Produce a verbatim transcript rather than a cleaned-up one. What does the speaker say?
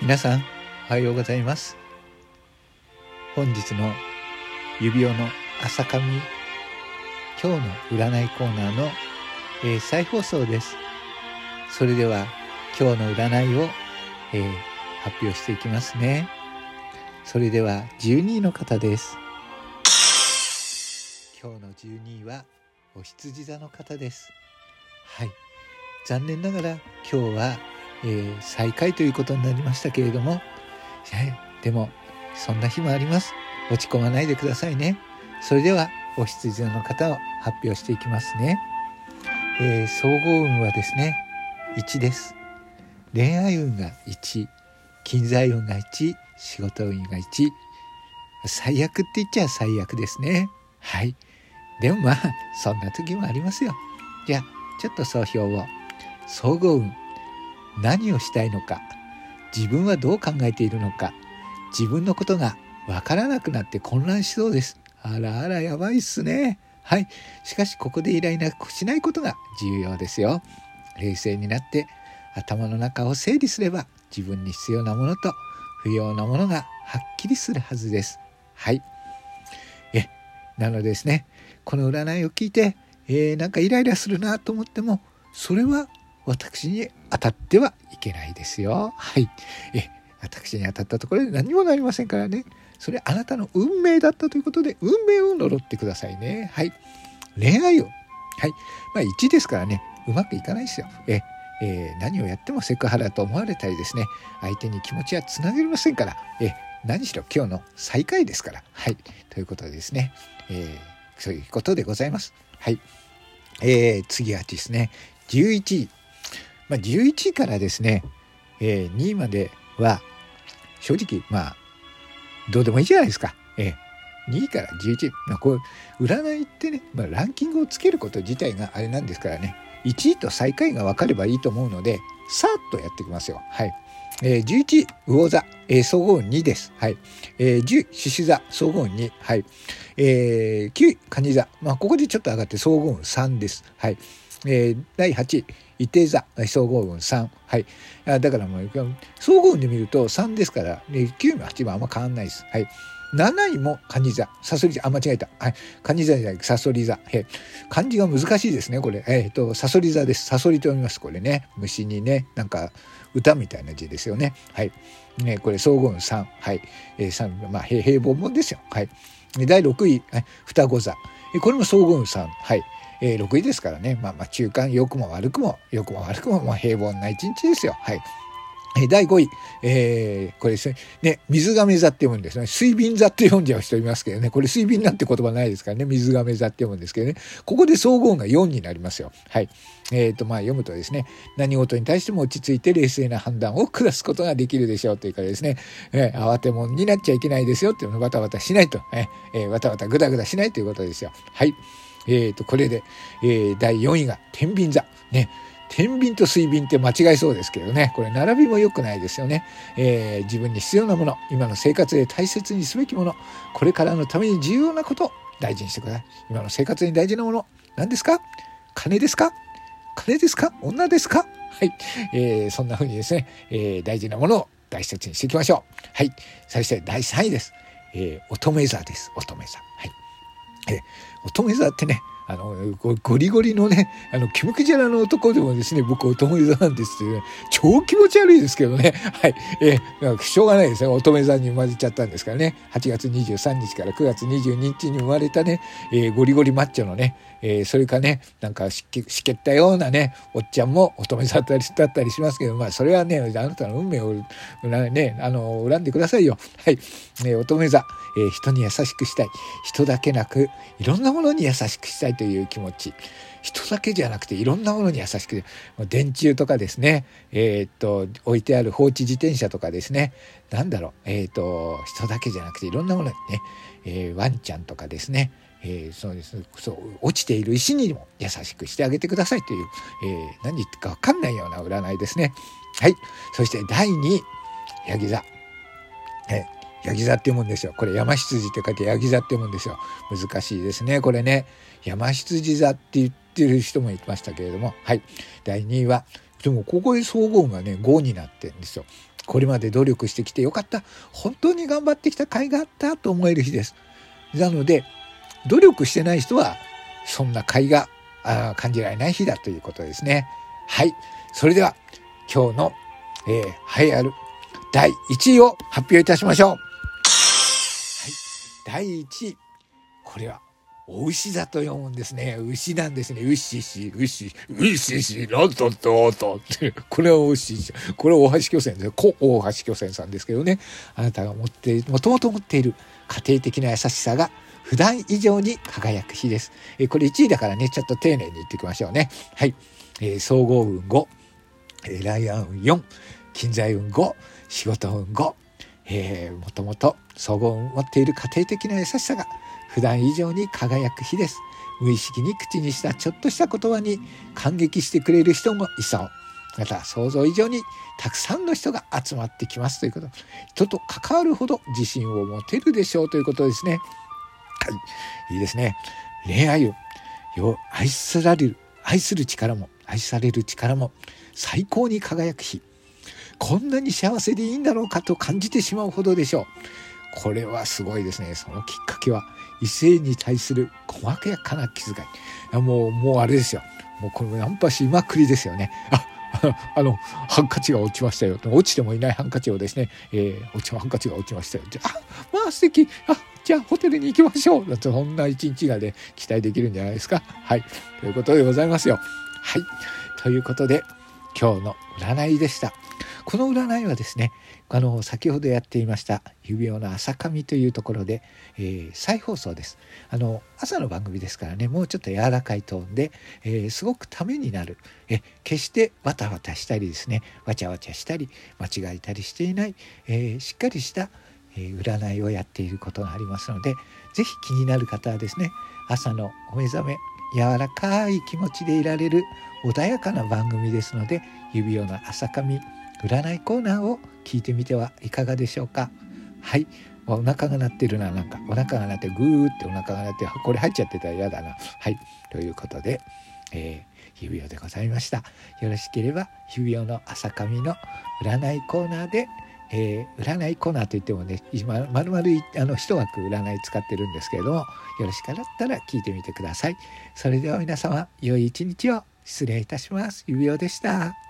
皆さんおはようございます。本日の指輪の朝神今日の占いコーナーの、えー、再放送です。それでは今日の占いを、えー、発表していきますね。それではじゅうにいの方です。今日のじゅうにいはお羊座の方です。はい、残念ながら今日はえー、最下位ということになりましたけれども、でもそんな日もあります。落ち込まないでくださいね。それではお羊座の方を発表していきますね。えー、総合運はですねいちです。恋愛運がいち、金財運がいち、仕事運がいち。最悪って言っちゃ最悪ですね。はい、でもまあそんな時もありますよ。じゃあちょっと総評を。総合運、何をしたいのか、自分はどう考えているのか、自分のことがわからなくなって混乱しそうです。あらあらやばいっすね。はい、しかしここでイライラしないことが重要ですよ。冷静になって頭の中を整理すれば自分に必要なものと不要なものがはっきりするはずです。はい、えなのでですね、この占いを聞いて、えー、なんかイライラするなと思っても、それは私に当たってはいけないですよ。はい。え、私に当たったところで何もなりませんからね。それあなたの運命だったということで、運命を呪ってくださいね。はい。恋愛運。はい。まあいちですからね、うまくいかないですよ。え、えー、何をやってもセクハラと思われたりですね、相手に気持ちはつなげませんから、え、何しろ今日の最下位ですから。はい。ということでですね、えー、そういうことでございます。はい。えー、次はですね、じゅういちい。まあ、じゅういちいからですね、えー、にいまでは正直まあどうでもいいじゃないですか。えー、にいからじゅういちい、まあ、こう占いってね、まあ、ランキングをつけること自体があれなんですからね、いちいと最下位が分かればいいと思うので、さーっとやっていきますよ。はい。えー、じゅういちい魚座、えー、総合運にです。はい。えー、じゅうい獅子座、総合運に。はい。えー、きゅうい蟹座、まあここでちょっと上がって総合運さんです。はい。えー、だいはちい伊手座、総合運さん。はい。あだからもう総合運で見るとさんですから、きゅういもはちいもあんま変わんないです。はい。なないも蟹座、サソリ座、あ間違えた。はい。蟹座じゃなくサソリ座。え漢字が難しいですねこれ。えっとサソリ座です。サソリと読みますこれね。虫にね、なんか歌みたいな字ですよね。はい。ねこれ総合運さん。はい。えー、さんまあ平平凡凡ですよ。はい。だいろくい、はい、双子座。これも総合運さん。はい。えー、ろくいですからね、まあまあ中間、良くも悪くも良くも悪くもまあ平凡な一日ですよ。はい。だいごい、えー、これですね、ね、水亀座って読むんですね。水瓶座って読んじゃう人いますけどね、これ水瓶なんて言葉ないですからね、水亀座って読むんですけどね、ここで総合運がよんになりますよ。はい。えっと、まあ読むとですね、何事に対しても落ち着いて冷静な判断を下すことができるでしょうというからですね、えー、慌てもんになっちゃいけないですよっていうのをバタバタしないと、えー、バタバタグダグダしないということですよ。はい。えっと、これで、えー、だいよんいが天秤座。ね。天秤と水瓶って間違いそうですけどね、これ並びも良くないですよね。えー、自分に必要なもの、今の生活で大切にすべきもの、これからのために重要なことを大事にしてください。今の生活に大事なもの、何ですか？金ですか？金ですか？女ですか？はい。えー、そんな風にですね、えー、大事なものを大切にしていきましょう。はい。そしてだいさんいです。えー、乙女座です。乙女座。はい。えー、乙女座ってね、あのゴリゴリのね、あのキムクジャラの男でもですね、僕乙女座なんですっていう、ね、超気持ち悪いですけどね、はい、えー、しょうがないですね、乙女座に生まれちゃったんですからね。はちがつにじゅうさんにちからくがつにじゅうににちに生まれたね、えー、ゴリゴリマッチョのね、えー、それかね、なんかしけしけったようなね、おっちゃんも乙女座だったりだったりしますけど、まあそれはね、あなたの運命をね、あの恨んでくださいよ。はい、ね、乙女座、えー、人に優しくしたい、人だけなくいろんなものに優しくしたいという気持ち、人だけじゃなくていろんなものに優しく、電柱とかですね、えー、っと置いてある放置自転車とかですね、なんだろう、えー、っと人だけじゃなくていろんなものにね、えー、ワンちゃんとかですね、えー、そうです、そう落ちている石にも優しくしてあげてくださいという、えー、何言ってか分かんないような占いですね。はい。そしてだいにい、ヤギ座。えーヤギ座って読むんですよ。これ山羊って書いてヤギ座って読むんですよ。難しいですねこれね。山羊座って言ってる人もいましたけれども、はい。だいにいはでもここで総合運がねごになってるんですよ。 これまで努力してきてよかった、本当に頑張ってきた甲斐があったと思える日です。なので努力してない人はそんな甲斐が感じられない日だということですね。はい、それでは今日の、えー、栄えあるだいいちいを発表いたしましょう。はい、だいいちい、これはお牛座と読むんですね。牛なんですね。牛し牛牛しロトトトってこれは牛しこれは大橋巨泉です。故大橋巨泉さんですけどね。あなたが持ってもともと持っている家庭的な優しさが普段以上に輝く日です。えこれいちいだからね、ちょっと丁寧に言っていきましょうね。はい、えー、総合運ご、えー、ライアン運よん、金財運ご、仕事運ご、えー、もともと総合運を持っている家庭的な優しさが普段以上に輝く日です。無意識に口にしたちょっとした言葉に感激してくれる人もいそう。また想像以上にたくさんの人が集まってきますということ。人と関わるほど自信を持てるでしょうということですね。はい、いいですね。恋愛を愛される愛する力も愛される力も最高に輝く日。こんなに幸せでいいんだろうかと感じてしまうほどでしょう。これはすごいですね。そのきっかけは異性に対する細やかな気遣い。いやもうもうあれですよ。もうこれナンパしまくりですよね。ああのハンカチが落ちましたよ。落ちてもいないハンカチをですね、えー、落ちハンカチが落ちましたよ。じゃあまあ素敵。あじゃあホテルに行きましょう。だとそんな一日がね期待できるんじゃないですか。はい、ということでございますよ。はい、ということで今日の占いでした。この占いはですね、あの先ほどやっていました指輪の朝神というところで、えー、再放送です。あの朝の番組ですからね、もうちょっと柔らかいトーンで、えー、すごくためになる、え決してわたわたしたりですね、わちゃわちゃしたり間違えたりしていない、えー、しっかりした、えー、占いをやっていることがありますので、ぜひ気になる方はですね、朝のお目覚め柔らかい気持ちでいられる穏やかな番組ですので、指輪の朝神占いコーナーを聞いてみてはいかがでしょうか。はい、お腹が鳴ってるな、なんかお腹が鳴ってグーってお腹が鳴って、これ入っちゃってたら嫌だな。はい、ということで、えー、指輪でございました。よろしければ指輪の朝神の占いコーナーで、えー、占いコーナーといってもね、今まるまるあの一枠占い使ってるんですけれども、よろしかったら聞いてみてください。それでは皆様良い一日を。失礼いたします。指輪でした。